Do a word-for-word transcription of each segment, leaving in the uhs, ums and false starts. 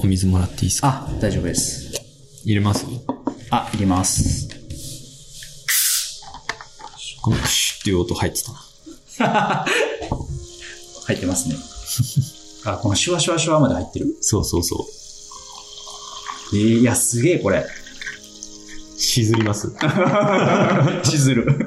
お水もらっていいですか？ あ、大丈夫です。 入れます？ あ、入れます。 このシュッっていう音入ってた。 入ってますね。あ、このシュワシュワシュワまで入ってる。 そうそうそう。 えー、いや、すげえこれ。 しずります。 しずる。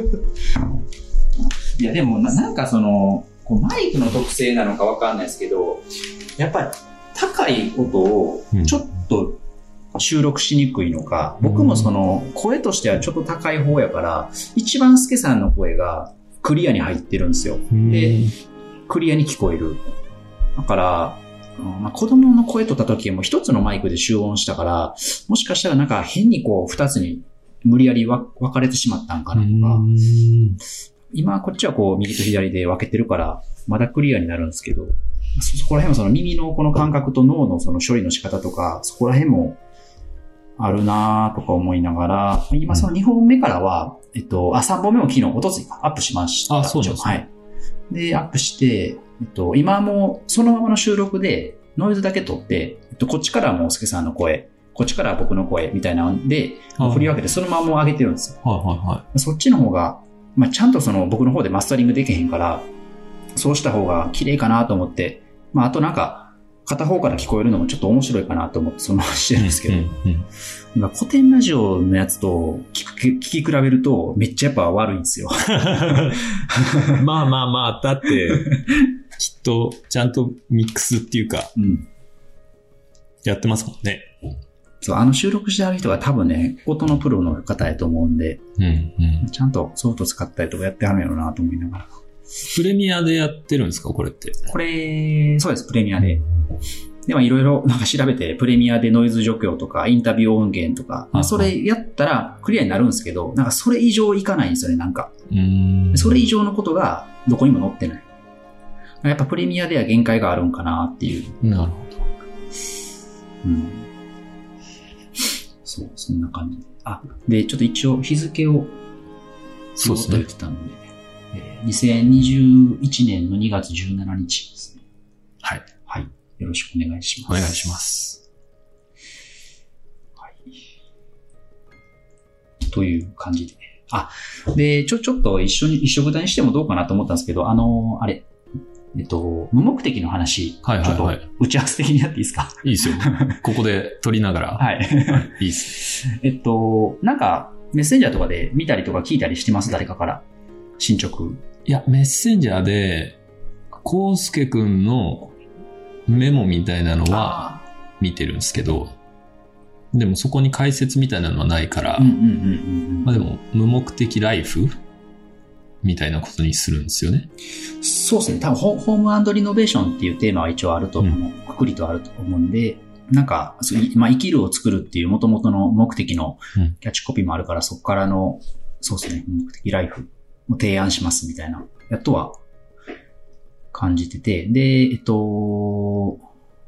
いや、でもな、なんかその、こうマイクの特性なのかわかんないですけど、やっぱり高い音をちょっと収録しにくいのか、うん、僕もその声としてはちょっと高い方やから、一番助さんの声がクリアに入ってるんですよ。で、クリアに聞こえる。だから、まあ、子供の声取った時も一つのマイクで集音したから、もしかしたらなんか変にこう二つに無理やり分かれてしまったんかなとか、今こっちはこう右と左で分けてるからまだクリアになるんですけど、そ, そこら辺もその耳のこの感覚と脳のその処理の仕方とか、そこら辺もあるなとか思いながら、今そのにほんめからは、えっと、あ、さんぼんめも昨日、おとついアップしました。 あ、そうですね。 はい。で、アップして、えっと、今もそのままの収録でノイズだけ取って、えっと、こっちからもおすけさんの声、こっちから僕の声みたいなので、振り分けてそのまま上げてるんですよ。 はいはいはい。 そっちの方が、まあ、ちゃんとその僕の方でマスタリングできへんから、そうした方が綺麗かなと思って、まあ、あとなんか、片方から聞こえるのもちょっと面白いかなと思ってそのまましてるんですけど、うんうんうん、今古典ラジオのやつと聞き、聞き比べるとめっちゃやっぱ悪いんですよ。 まあまあまあ、だって、きっとちゃんとミックスっていうか、うん、やってますもんね。 そう、あの収録してある人が多分ね、音のプロの方やと思うんで、うんうん、ちゃんとソフト使ったりとかやってはるんやろうなと思いながら。 プレミアでやってるんですかこれって？ これ、そうです、プレミアで。でもいろいろなんか調べて、プレミアでノイズ除去とか、インタビュー音源とか、まあ、それやったらクリアになるんですけど、なんかそれ以上いかないんですよね、なんか。うーん、それ以上のことがどこにも載ってない。やっぱプレミアでは限界があるんかなっていう。 なるほど。 うん。そう、そんな感じ。あ、で、ちょっと一応日付を、そうですね。言ってたので。にせんにじゅういちねんのにがつじゅうしちにちですね。 はい。 はい。よろしくお願いします。 お願いします。 はい。という感じで。あ、で、ちょ、ちょっと一緒に、一緒くたにしてもどうかなと思ったんですけど、あの、あれ、えっと、無目的の話、はいはいはい、ちょっと打ち合わせ的にやっていいですか？ いいですよ。ここで撮りながら。 はい。 はい、いいです。 えっと、なんか、メッセンジャーとかで見たりとか聞いたりしてます？誰かから。進捗。 いや、メッセンジャーで、コウスケくんのメモみたいなのは見てるんですけど、でもそこに解説みたいなのはないから、まあでも無目的ライフみたいなことにするんですよね。 そうですね。多分ホーム&リノベーションっていうテーマは一応あると思う、うん、くくりとあると思うんで、なんか、まあ、生きるを作るっていう元々の目的のキャッチコピーもあるから、うん、そこからの、そうですね、目的ライフを提案しますみたいな、やっとは感じてて、で、えっと、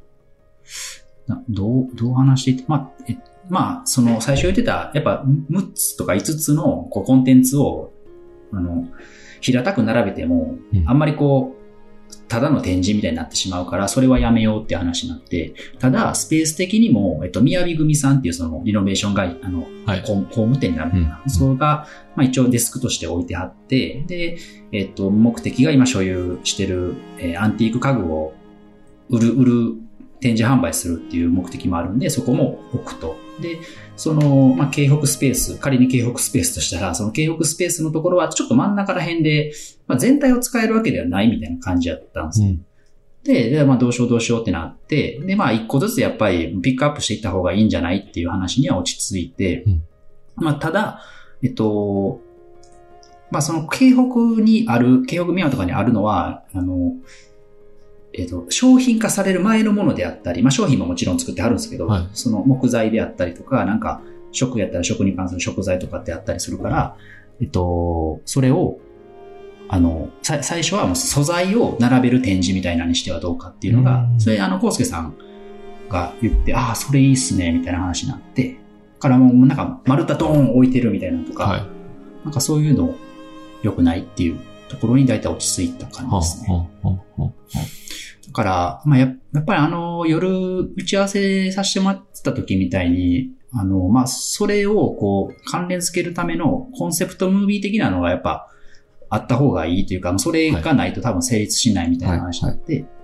どう、どう話していて、まあ、えまあ、その最初言ってた、やっぱむっつとかいつつのこうコンテンツを、あの、平たく並べても、うん、あんまりこう、ただの展示みたいになってしまうから、それはやめようって話になって、ただ、スペース的にも、えっと、宮城組さんっていうその、リノベーション会、あの、はい、工務店になるのかな、うん。それが、まあ一応デスクとして置いてあって、で、えっと、目的が今所有してる、えー、アンティーク家具を売る、売る、展示販売するっていう目的もあるんで、そこも置くと。で、その、まあ、京北スペース、仮に京北スペースとしたら、その京北スペースのところはちょっと真ん中ら辺で、まあ、全体を使えるわけではないみたいな感じだったんです。うん、で、でまあ、どうしようどうしようってなって、で、まあ、一個ずつやっぱりピックアップしていった方がいいんじゃないっていう話には落ち着いて、うん、まあ、ただ、えっと、まあ、その京北にある、京北宮とかにあるのは、あの、えっと、商品化される前のものであったり、まあ商品ももちろん作ってあるんですけど、はい、その木材であったりとか、なんか食やったら食に関する食材とかってあったりするから、えっと、それを、あの、さ最初はもう素材を並べる展示みたいなにしてはどうかっていうのが、それあの、コウスケさんが言って、ああ、それいいっすね、みたいな話になって、からもうなんか丸太ドーン置いてるみたいなとか、はい、なんかそういうの良くないっていうところに大体落ち着いた感じですね。だから、まあや、やっぱりあの、夜打ち合わせさせてもらってた時みたいに、あの、まあ、それをこう、関連付けるためのコンセプトムービー的なのがやっぱあった方がいいというか、それがないと多分成立しないみたいな話になって、はいはいはい、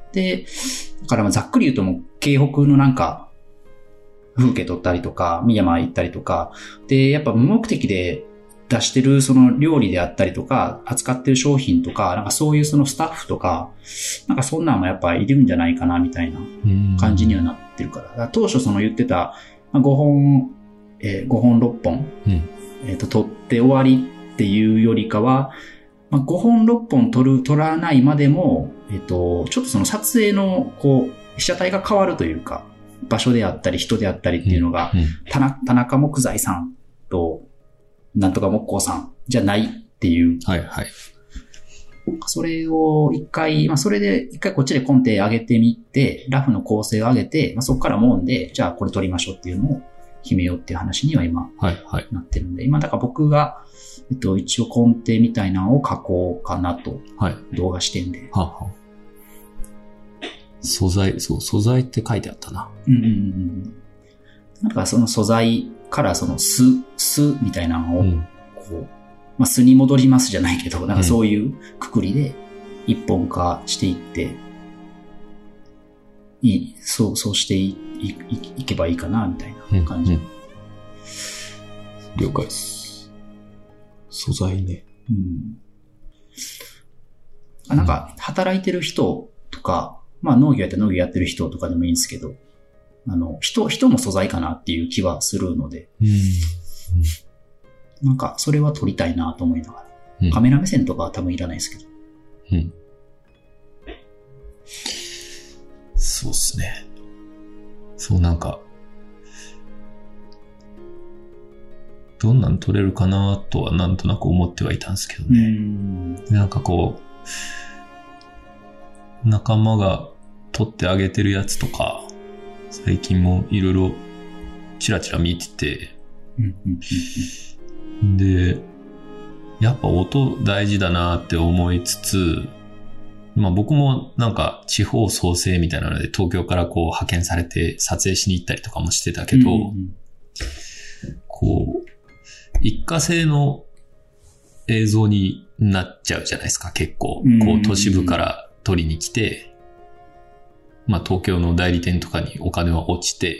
で、だからまあざっくり言うともう、京北のなんか、風景撮ったりとか、三山行ったりとか、で、やっぱ無目的で出してるその料理であったりとか、扱ってる商品とか、なんかそういうそのスタッフとか、なんかそんなんもやっぱいるんじゃないかなみたいな感じにはなってるから。だから当初その言ってたごほん、えー、ごほんろっぽん、うん、えっと、撮って終わりっていうよりかは、まあ、ごほんろっぽん撮る、撮らないまでも、えっと、ちょっとその撮影のこう、被写体が変わるというか、場所であったり人であったりっていうのが、うんうん、田中、田中木材さんと、なんとか木工さんじゃないっていう。 はいはい。 それを一回、まあそれで一回こっちでコンテ上げてみて、ラフの構成を上げて、まあそこからもんで、じゃあこれ撮りましょうっていうのを決めようっていう話には今、はいはい、なってるんで、今だから僕が、えっと一応コンテみたいなのを書こうかなと、はい、動画視点で。はは素材、そう、素材って書いてあったな。 うんうんうん。なんかその素材からその巣、巣みたいなのを、こう、うん、まあ巣に戻りますじゃないけど、なんかそういうくくりで一本化していって、いい、そう、そうしてい、い、いけばいいかな、みたいな感じ。うんうん、 了解です。素材ね。うん。 あ、なんか、働いてる人とか、まあ農業やって農業やってる人とかでもいいんですけど、あの、人、人も素材かなっていう気はするので、うんうん、なんか、それは撮りたいなと思いながら、うん、カメラ目線とかは多分いらないですけど。うん。 そうっすね。そうなんか、どんなん撮れるかなとはなんとなく思ってはいたんですけどね。うん、なんかこう、仲間が撮ってあげてるやつとか、最近もいろいろチラチラ見てて、で、やっぱ音大事だなって思いつつ、まあ僕もなんか地方創生みたいなので東京からこう派遣されて撮影しに行ったりとかもしてたけど、うんうん、こう、一過性の映像になっちゃうじゃないですか、結構。こう都市部から撮りに来て、まあ東京の代理店とかにお金は落ちて、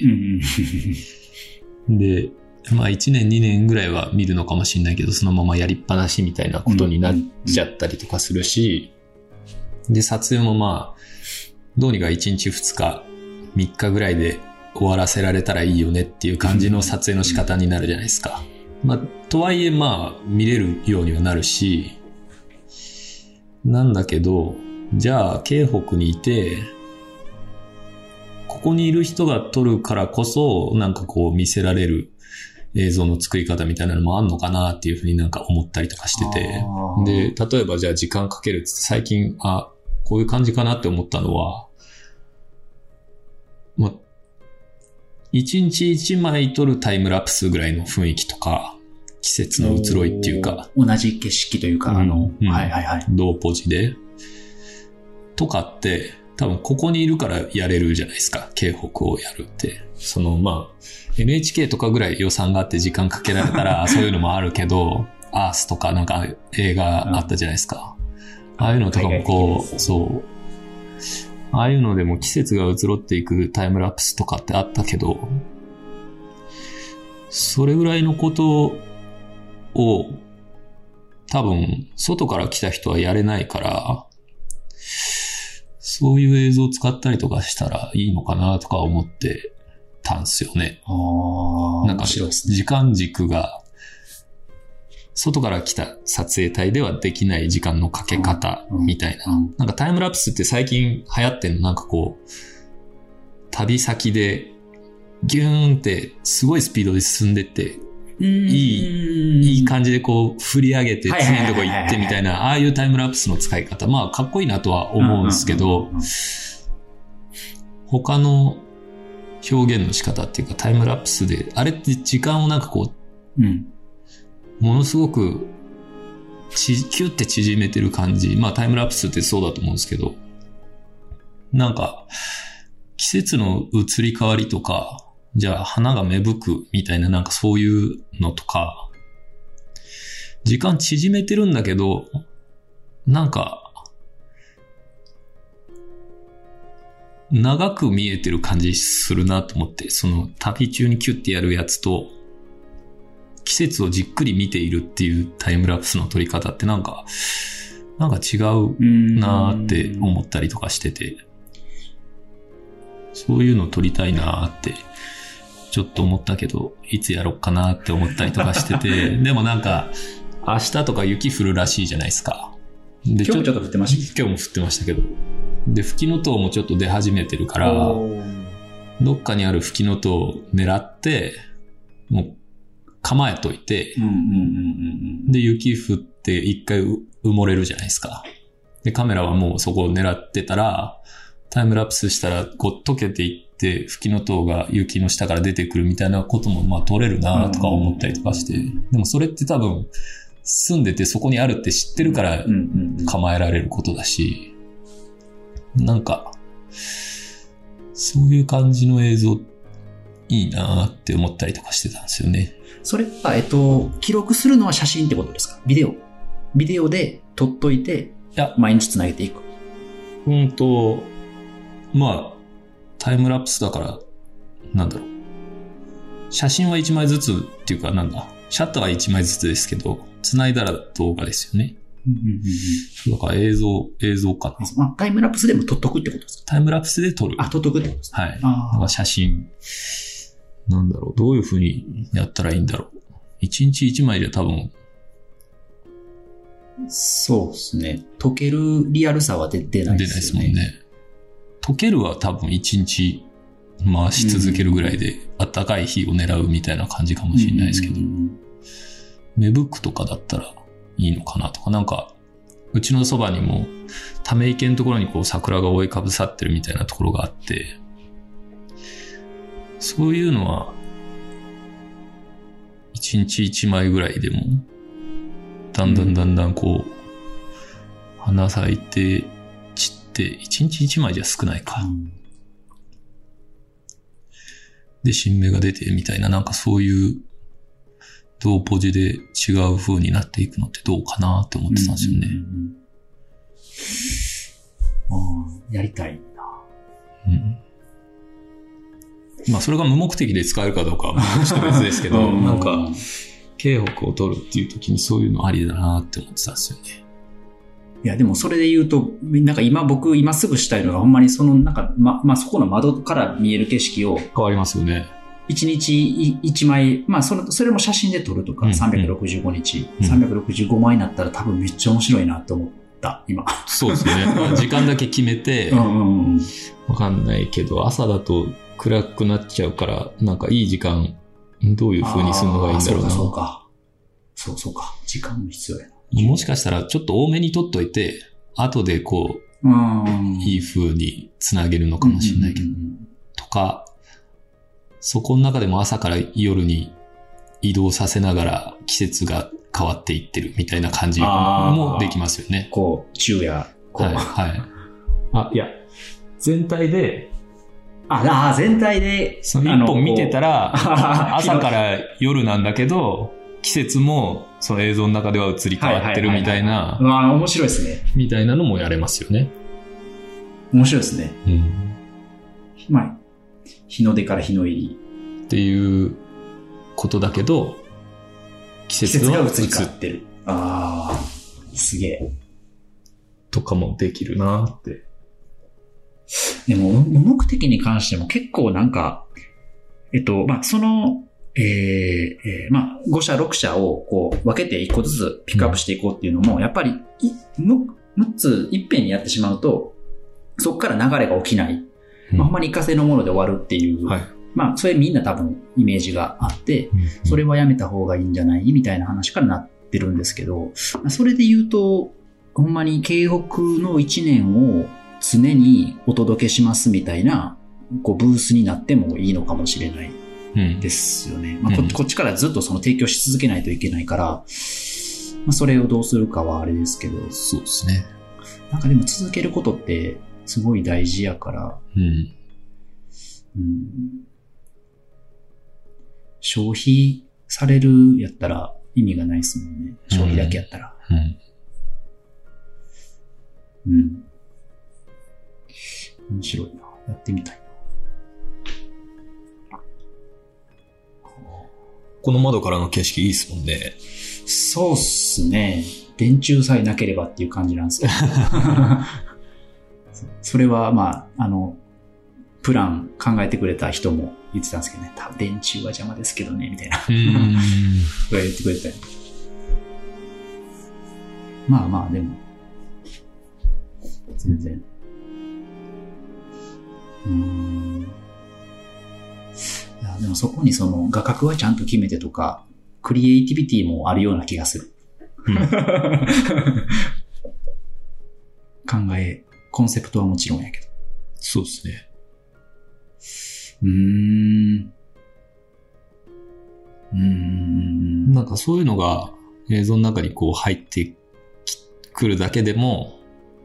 で、まあいちねんにねんぐらいは見るのかもしれないけど、そのままやりっぱなしみたいなことになっちゃったりとかするし、で、撮影もまあ、どうにかいちにちふつか、みっかぐらいで終わらせられたらいいよねっていう感じの撮影の仕方になるじゃないですか。まあ、とはいえまあ、見れるようにはなるし、なんだけど、じゃあ、京北にいて、ここにいる人が撮るからこそ、なんかこう見せられる映像の作り方みたいなのもあんのかなっていうふうになんか思ったりとかしてて。で、例えばじゃあ時間かけるって最近、あ、こういう感じかなって思ったのは、まあ、一日一枚撮るタイムラプスぐらいの雰囲気とか、季節の移ろいっていうか。 同じ景色というか、うん、あの、うん、はいはいはい。 同ポジで。とかって、多分ここにいるからやれるじゃないですか。京北をやるって。そのまあ、エヌエイチケー とかぐらい予算があって時間かけられたらそういうのもあるけど、アースとかなんか映画あったじゃないですか。ああいうのとかもこう、そう。ああいうのでも季節が移ろっていくタイムラプスとかってあったけど、それぐらいのことを多分外から来た人はやれないから、そういう映像を使ったりとかしたらいいのかなとか思ってたんすよね。 ああ、 なんか時間軸が外から来た撮影隊ではできない時間のかけ方みたいな。うんうん、なんかタイムラプスって最近流行ってんのなんかこう、旅先でギューンってすごいスピードで進んでって、いい、いい感じでこう振り上げて次のとこ行ってみたいな、ああいうタイムラプスの使い方、まあかっこいいなとは思うんですけど、他の表現の仕方っていうかタイムラプスで、あれって時間をなんかこう、うん、ものすごくちキュッて縮めてる感じ。まあタイムラプスってそうだと思うんですけど、なんか季節の移り変わりとか、じゃあ花が芽吹くみたいななんかそういうのとか、時間縮めてるんだけど、なんか長く見えてる感じするなと思って、その旅中にキュッてやるやつと、季節をじっくり見ているっていうタイムラプスの撮り方ってなんか、なんか違うなーって思ったりとかしてて、そういうの撮りたいなーってちょっと思ったけど、いつやろうかなって思ったりとかしてて、でもなんか明日とか雪降るらしいじゃないですか。 で今日もちょっと降ってました。 今日も降ってましたけど。で、フキノトウもちょっと出始めてるから、どっかにあるフキノトウを狙って、もう構えといて、 うんうんうんうん、 で、雪降って一回埋もれるじゃないですか。で、カメラはもうそこを狙ってたら、タイムラプスしたら、こう溶けていって、フキノトウが雪の下から出てくるみたいなことも、まあ撮れるなとか思ったりとかして、でもそれって多分、住んでてそこにあるって知ってるから構えられることだし、なんか、そういう感じの映像いいなって思ったりとかしてたんですよね。 それは、えっと、記録するのは写真ってことですか？ビデオ。ビデオで撮っといて、いや毎日つなげていく。 うんと、まあ、タイムラプスだから、なんだろう。写真はいちまいずつっていうか、なんだ、シャッターはいちまいずつですけど、繋いだら動画ですよね。うんうんうん、だから映像、映像かな。 まあ、タイムラプスでも撮っとくってことですか？ タイムラプスで撮る。 あ、撮っとくってことですか？ はい。あだから写真、なんだろう、どういう風にやったらいいんだろう。一日一枚じゃ多分。 そうですね。溶けるリアルさは出ないですよね。出ないですもんね。 溶けるは多分一日回し続けるぐらいで、あったかい日を狙うみたいな感じかもしれないですけど、芽吹くとかだったらいいのかなとか、なんか、うちのそばにも、ため池のところにこう桜が覆いかぶさってるみたいなところがあって、そういうのは、一日一枚ぐらいでも、だんだんだんだんこう、花咲いて、散って、一日一枚じゃ少ないか。うん、で、新芽が出てみたいな、なんかそういう、同ポジで違う風になっていくのってどうかなって思ってたんですよね。 うんうんうん、ああ、やりたいな。 うん。まあそれが無目的で使えるかどうかは別ですけど、なんか、京北を取るっていう時にそういうのありだなって思ってたんですよね。 いや、でもそれで言うと、なんか今僕、今すぐしたいのがほんまにその、なんか、ま、まあそこの窓から見える景色を。 変わりますよね。 一日一枚、まあそれ、それも写真で撮るとか、うんうん、さんびゃくろくじゅうごにち、うん、さんびゃくろくじゅうごまいになったら多分めっちゃ面白いなと思った、今。 そうですね。時間だけ決めて、うんうんうん、わかんないけど、朝だと暗くなっちゃうから、なんかいい時間、どういう風にするのがいいんだろうな。 そうか、そうか。そうそうか。時間も必要やな。 もしかしたらちょっと多めに撮っといて、後でこう、うんいい風につなげるのかもしれないけど、うんうんうん、とか、そこの中でも朝から夜に移動させながら季節が変わっていってるみたいな感じもできますよね。 こう、昼夜。こうはい、はい。あ、いや、全体で、 ああ、全体で、 その一本見てたら、朝から夜なんだけど、季節もその映像の中では移り変わってるみたいな。 うわ、面白いですね。 みたいなのもやれますよね。 面白いですね。うん。まあ、日の出から日の入り。 っていうことだけど、季節は移り変わってる。ああ、すげえ。 とかもできるなって。 でも、目的に関しても結構なんか、えっと、まあ、その、えーえー、まあ、ご社、ろく社をこう分けていっこずつピックアップしていこうっていうのも、うん、やっぱりむっついっぺんにやってしまうと、そこから流れが起きない。うん、まあ、ほんまに一過性のもので終わるっていう。はい、まあ、それみんな多分イメージがあって、うんうん、それはやめた方がいいんじゃないみたいな話からなってるんですけど、それで言うと、ほんまに京北のいちねんを常にお届けしますみたいな、こうブースになってもいいのかもしれない。ですよね。まあ、こ, こっちからずっとその提供し続けないといけないから、 あ、それをどうするかはあれですけど。 そうですね。 なんかでも続けることってすごい大事やから。 うん。 うん、消費されるやったら意味がないですもんね。消費だけやったら。 うん。 うん。うん、面白いな。やってみたいな。 この窓からの景色いいっすもんね。 そうっすね。電柱さえなければっていう感じなんですけど。それはまあ、あの、プラン考えてくれた人も言ってたんですけどね。多分電柱は邪魔ですけどね、みたいな。うん。言ってくれたよ。まあまあ、でも、全然。うーん。いや、でもそこにその画角はちゃんと決めてとか、クリエイティビティもあるような気がする。うん、考え、コンセプトはもちろんやけど。 そうですね。 うーん。うーん。 なんかそういうのが映像の中にこう入ってくるだけでも、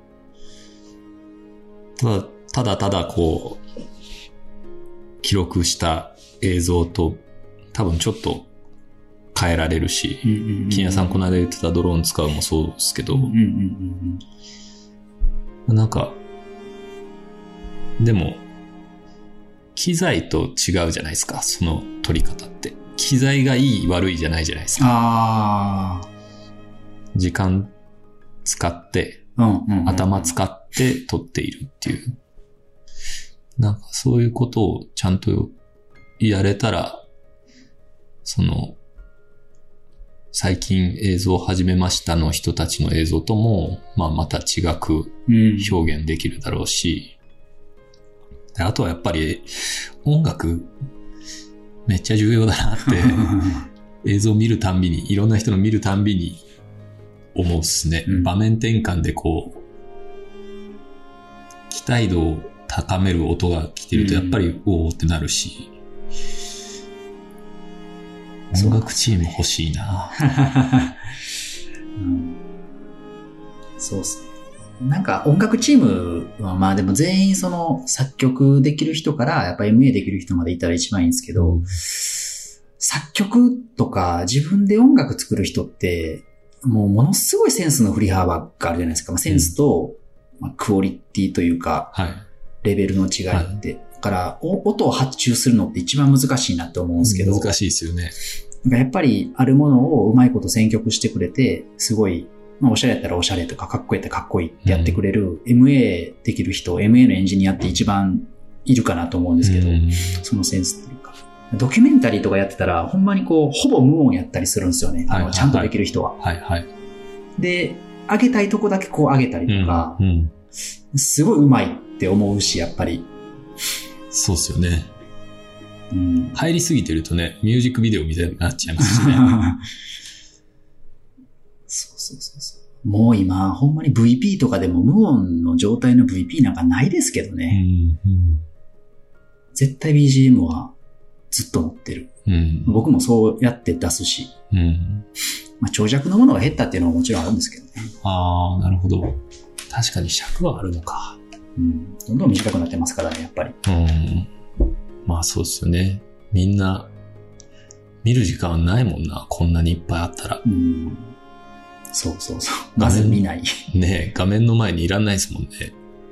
ただただただこう、記録した映像と多分ちょっと変えられるし、金谷さんこの間言ってたドローン使うもそうですけど、うんうんうんうん、なんか、でも、機材と違うじゃないですか、その撮り方って。機材がいい悪いじゃないじゃないですか。 あ時間使って、 うんうんうんうん、 頭使って撮っているっていう。なんかそういうことをちゃんとやれたら、その、最近映像を始めましたの人たちの映像とも、まあまた違く表現できるだろうし、うん、あとはやっぱり音楽めっちゃ重要だなって映像を見るたんびに、いろんな人の見るたんびに思うっすね。うん、場面転換でこう、期待度を高める音が来てるとやっぱりおーってなるし、うん、音楽チーム欲しいな、 うん、そうっすね。なんか音楽チームはまあでも全員その作曲できる人からやっぱ エムエー できる人までいたら一番いいんですけど、うん、作曲とか自分で音楽作る人ってもうものすごいセンスの振り幅があるじゃないですか。まあ、センスと、まあ、クオリティというか、 はい、 レベルの違いって、はい、だから音を発注するのって一番難しいなって思うんですけど、 難しいですよね。 なんかやっぱりあるものをうまいこと選曲してくれて、すごい、まあ、おしゃれやったらおしゃれとかかっこいいやったらかっこいいってやってくれる、うん、エムエー できる人、エムエー のエンジニアって一番いるかなと思うんですけど、うん、そのセンスっていうか。ドキュメンタリーとかやってたら、ほんまにこう、ほぼ無音やったりするんですよね。あの、はいはいはい、ちゃんとできる人は。 はいはい。 で、上げたいとこだけこう上げたりとか、うんうん、すごい上手いって思うし、やっぱり。 そうっすよね。 うん、 入りすぎてるとね、ミュージックビデオみたいになっちゃいますしね。 そうそうそうそう。もう今、ほんまに ブイピー とかでも無音の状態の ブイピー なんかないですけどね。 うんうん、 絶対 ビージーエム はずっと持ってる。 うん、 僕もそうやって出すし。 うんまあ、長尺のものが減ったっていうのはもちろんあるんですけどね。 ああ、なるほど。確かに尺はあるのか。 うん。どんどん短くなってますからね、やっぱり。 うん。まあそうですよね。みんな、見る時間ないもんな。こんなにいっぱいあったら。 うん。そうそうそう。まず見ない。 ねえ、画面の前にいらんないですもんね。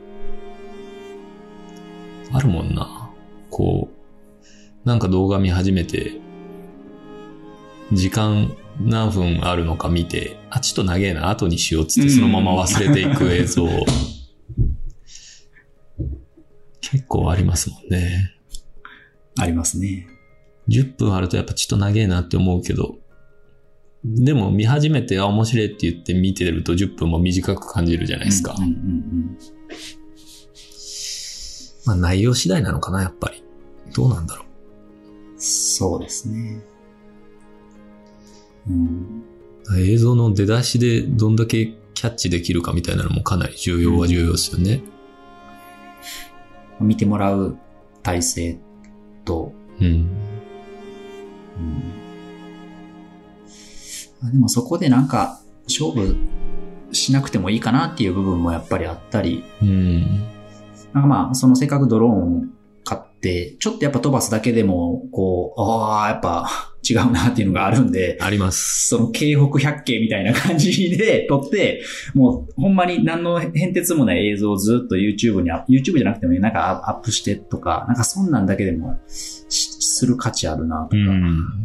あるもんな。こう、なんか動画見始めて、時間何分あるのか見て、あ、ちょっと長えな、後にしようっつってそのまま忘れていく映像、結構ありますもんね。 ありますね。 じゅっぷんあるとやっぱちょっと長えなって思うけど、でも見始めて、あ、面白いって言って見てるとじゅっぷんも短く感じるじゃないですか。 うんうんうんうん、 まあ内容次第なのかな、やっぱり。どうなんだろう。そうですね。うん、 映像の出だしでどんだけキャッチできるかみたいなのもかなり重要は重要ですよね。 うん、見てもらう体制と、 うんうん、 でもそこでなんか勝負しなくてもいいかなっていう部分もやっぱりあったり、 うん、 なんかまあ、そのせっかくドローンを買って、ちょっとやっぱ飛ばすだけでも、こう、ああ、やっぱ違うなっていうのがあるんで、 あります。 その京北百景みたいな感じで撮って、もうほんまに何の変哲もない映像をずっと YouTube に、YouTube じゃなくてもなんかアップしてとか、なんかそんなんだけでもする価値あるなとか、うん、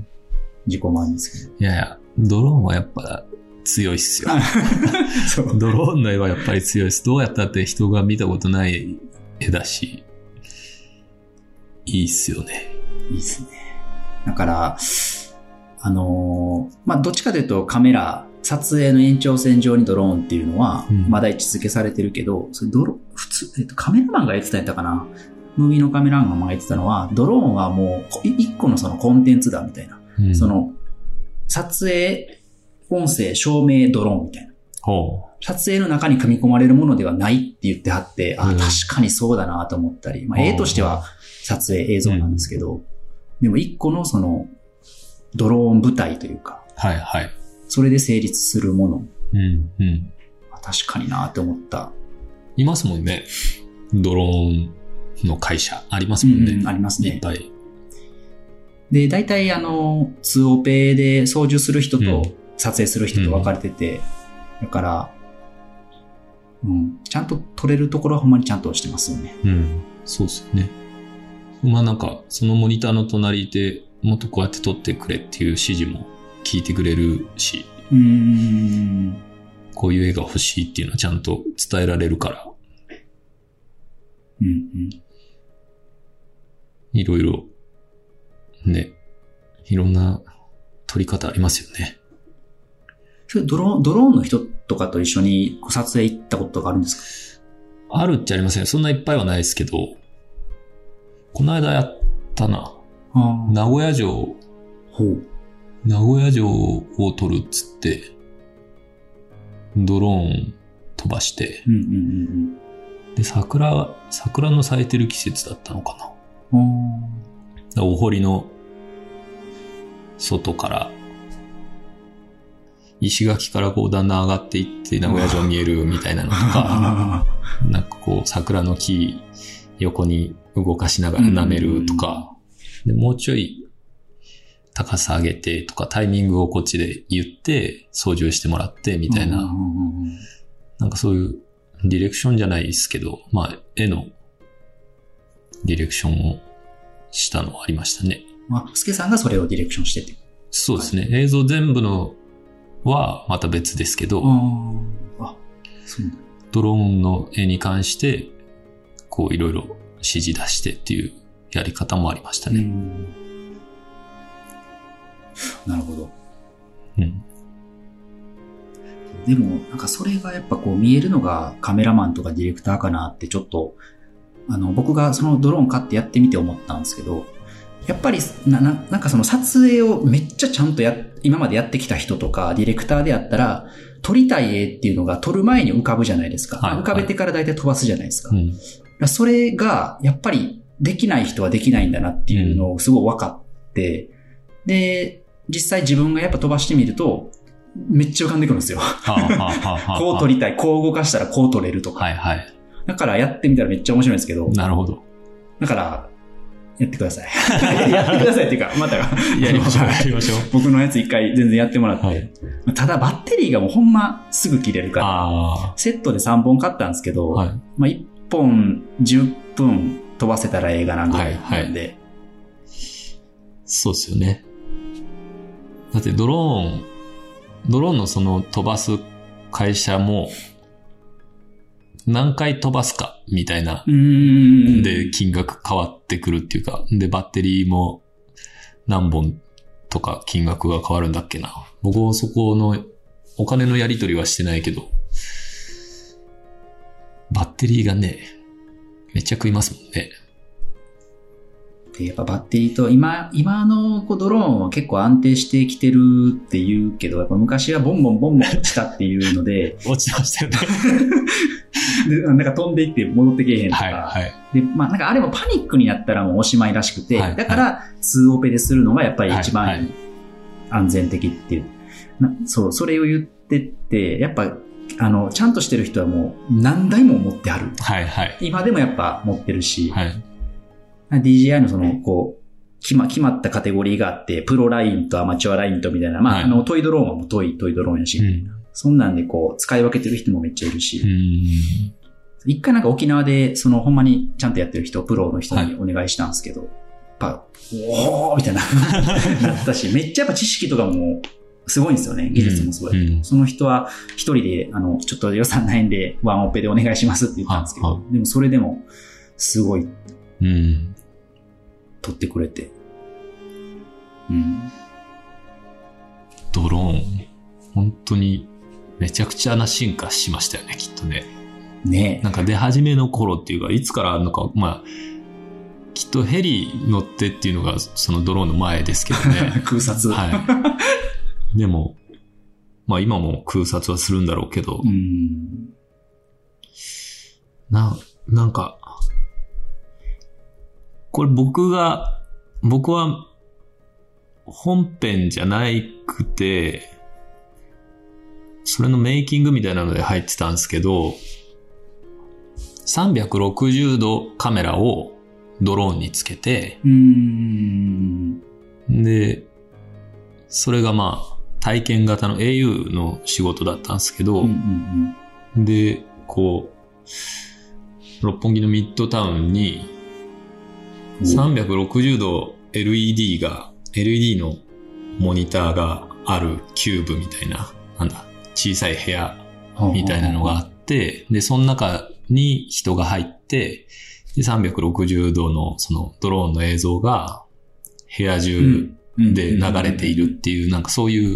自己満ですけど。 いやいや、ドローンはやっぱ強いっすよ。そうドローンの絵はやっぱり強いです。どうやったって人が見たことない絵だし、いいっすよね。 いいっすね。だから、あのー、まあ、どっちかというとカメラ、撮影の延長線上にドローンっていうのは、まだ位置づけされてるけど、うん、それドロ、普通、えっと、カメラマンが言ってたやったかな。ムービーのカメラマンが言ってたのは、ドローンはもう、一個のそのコンテンツだみたいな。うん、その、撮影、音声、照明、ドローンみたいな。 ほう。 撮影の中に組み込まれるものではないって言ってはって、あ、うん、確かにそうだなと思ったり、まあ、絵としては撮影映像なんですけど、うん、でも一個のその、ドローン舞台というか、 はいはい。 それで成立するもの。 うんうん。 確かになって思った。 いますもんね。ドローンの会社ありますもんね。 うん、ありますね。 いっぱい。 で、大体あの、ツーオペで操縦する人と撮影する人と分かれてて、うん、だから、うん、ちゃんと撮れるところはほんまにちゃんとしてますよね。 うん、そうですよね。まあなんか、そのモニターの隣でもっとこうやって撮ってくれっていう指示も聞いてくれるし、 うーん、 こういう絵が欲しいっていうのはちゃんと伝えられるから、 うんうん、 いろいろね、いろんな撮り方ありますよね。 それドローン、ドローンの人とかと一緒に撮影行ったことがあるんですか？ あるっちゃありません。そんないっぱいはないですけど、この間やったな。名古屋城。 ほう。 名古屋城を撮るっつって、ドローン飛ばして、 うんうんうん、 で、桜、桜の咲いてる季節だったのかな。お堀の外から、石垣からこうだんだん上がっていって名古屋城見えるみたいなのとか、なんかこう桜の木横に動かしながら舐めるとか、でもうちょい高さ上げてとかタイミングをこっちで言って操縦してもらってみたいな、なんかそういうディレクションじゃないですけど、まあ絵のディレクションをしたのはありましたね。 あ、スケさんがそれをディレクションしてて。 そうですね。映像全部のはまた別ですけど、 あ、そうなんだ。 ドローンの絵に関してこういろいろ指示出してっていうやり方もありましたね。うん、 なるほど。 うん。 でもなんかそれがやっぱこう見えるのがカメラマンとかディレクターかなってちょっとあの僕がそのドローン買ってやってみて思ったんですけど、やっぱりな、な、なんかその撮影をめっちゃちゃんとや、今までやってきた人とか、ディレクターであったら、撮りたい絵っていうのが撮る前に浮かぶじゃないですか。はいはい、浮かべてから大体飛ばすじゃないですか。うん、それが、やっぱりできない人はできないんだなっていうのをすごい分かって、うん、で、実際自分がやっぱ飛ばしてみると、めっちゃ浮かんでくるんですよ。こう撮りたい、こう動かしたらこう撮れるとか。 はいはい、 だからやってみたらめっちゃ面白いんですけど。 なるほど。 だから、やってください。やってくださいっていうか、またやりましょう。やりましょう。 僕のやつ一回全然やってもらって。はい、ただバッテリーがもうほんますぐ切れるから、セットでさんぼん買ったんですけど、はい、まあいっぽんじゅっぷん飛ばせたら映画なんで、はいはい、 そうですよね。だってドローン、ドローンのその飛ばす会社も、何回飛ばすかみたいな。で、金額変わってくるっていうか、で、バッテリーも何本とか金額が変わるんだっけな。僕はそこのお金のやり取りはしてないけど、バッテリーがね、めっちゃ食いますもんね。 で、やっぱバッテリーと、今、今のこうドローンは結構安定してきてるって言うけど、やっぱ昔はボンボンボンボン落ちたっていうので、 落ちましたよね。 で、なんか飛んでいって戻ってけえへんとか。 はいはい。 で、まあなんかあれもパニックになったらもうおしまいらしくて、はいはい、だからツーオペでするのがやっぱり一番安全的っていう。はいはい、なそう、それを言ってってって、やっぱ、あの、ちゃんとしてる人はもう何台も持ってある。 はいはい。 今でもやっぱ持ってるし、 はい。 ディージェーアイ のその、こう、決ま、決まったカテゴリーがあって、プロラインとアマチュアラインとみたいな、まあ、はい、あの、トイドローンはもうトイ、トイドローンやし、うん、そんなんでこう、使い分けてる人もめっちゃいるし、うん、一回なんか沖縄で、その、ほんまにちゃんとやってる人、プロの人にお願いしたんですけど、はい、やっぱ、おーみたいな、なったし、めっちゃやっぱ知識とかも、すごいんですよね。技術もすごい。うん、その人は一人で、あの、ちょっと予算ないんで、ワンオペでお願いしますって言ったんですけど、でもそれでも、すごい、うん、取ってくれて。うん。 ドローン、本当にめちゃくちゃな進化しましたよね、きっとね。 ねなんか出始めの頃っていうか、いつからあるのか、まあ、きっとヘリ乗ってっていうのがそのドローンの前ですけどね。 空撮。 はい。でも、まあ今も空撮はするんだろうけど、うん、な、なんか、これ僕が、僕は本編じゃなくて、それのメイキングみたいなので入ってたんですけど、さんびゃくろくじゅうどカメラをドローンにつけて、うーんで、それがまあ体験型の エーユー の仕事だったんですけど、うんうんうん、で、こう、六本木のミッドタウンにさんびゃくろくじゅうど エルイーディー が、エルイーディー のモニターがあるキューブみたいな、なんだ、小さい部屋みたいなのがあって、で、その中に人が入って、で、さんびゃくろくじゅうどのそのドローンの映像が部屋中で流れているっていう、なんかそういう、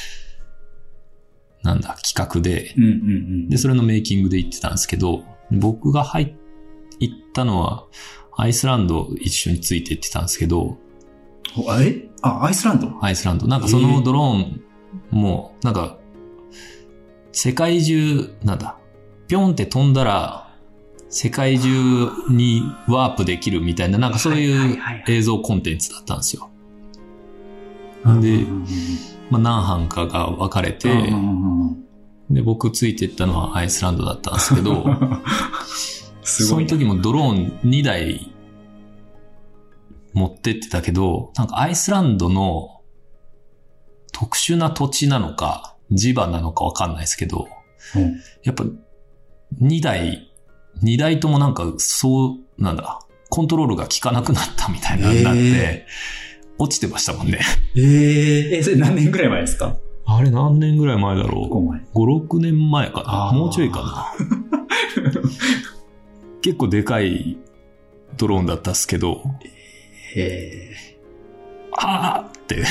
なんだ、企画で、で、それのメイキングで行ってたんですけど、僕が入行ったのは、アイスランド一緒について行ってたんですけど、 えあ、アイスランドアイスランド。なんかそのドローンも、なんか、世界中、なんだ、ぴょんって飛んだら、世界中にワープできるみたいな、なんかそういう映像コンテンツだったんですよ。で、まあ何班かが分かれて、で、僕ついて行ったのはアイスランドだったんですけど、その時もドローンにだい持ってってたけど、なんかアイスランドの特殊な土地なのか、地場なのかわかんないですけど、うん、やっぱにだい、にだいともなんかそう、なんだ、コントロールが効かなくなったみたいなになって、えー、落ちてましたもんね。 えー、え、それ何年ぐらい前ですか？ あれ何年ぐらい前だろう？ご、ろくねんまえかな？もうちょいかな。結構でかいドローンだったっすけど、へー、あーって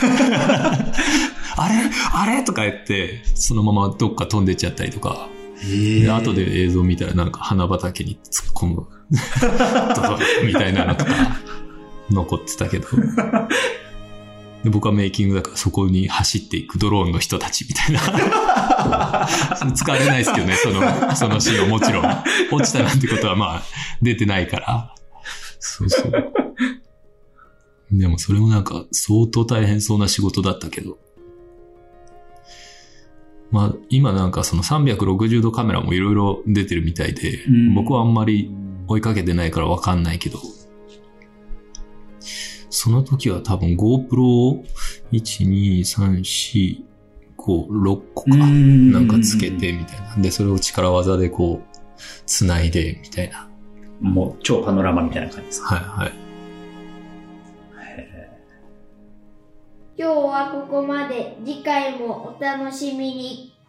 あれあれとか言って、そのままどっか飛んでっちゃったりとか、で後で映像見たらなんか花畑に突っ込むみたいなのとか残ってたけど、で僕はメイキングだからそこに走っていくドローンの人たちみたいな使われないですけどね、そのそのシーンはもちろん落ちたなんてことはまあ出てないから、そうそう。でもそれもなんか相当大変そうな仕事だったけど、まあ今なんかそのさんびゃくろくじゅうどカメラもいろいろ出てるみたいで、うん、僕はあんまり追いかけてないからわかんないけど、その時は多分 GoPro をいち、に、さん、よん、ご、ろっこかなんかつけてみたいな。で、それを力技でこう繋いでみたいな。 もう超パノラマみたいな感じですか？ はいはい。 今日はここまで。次回もお楽しみに。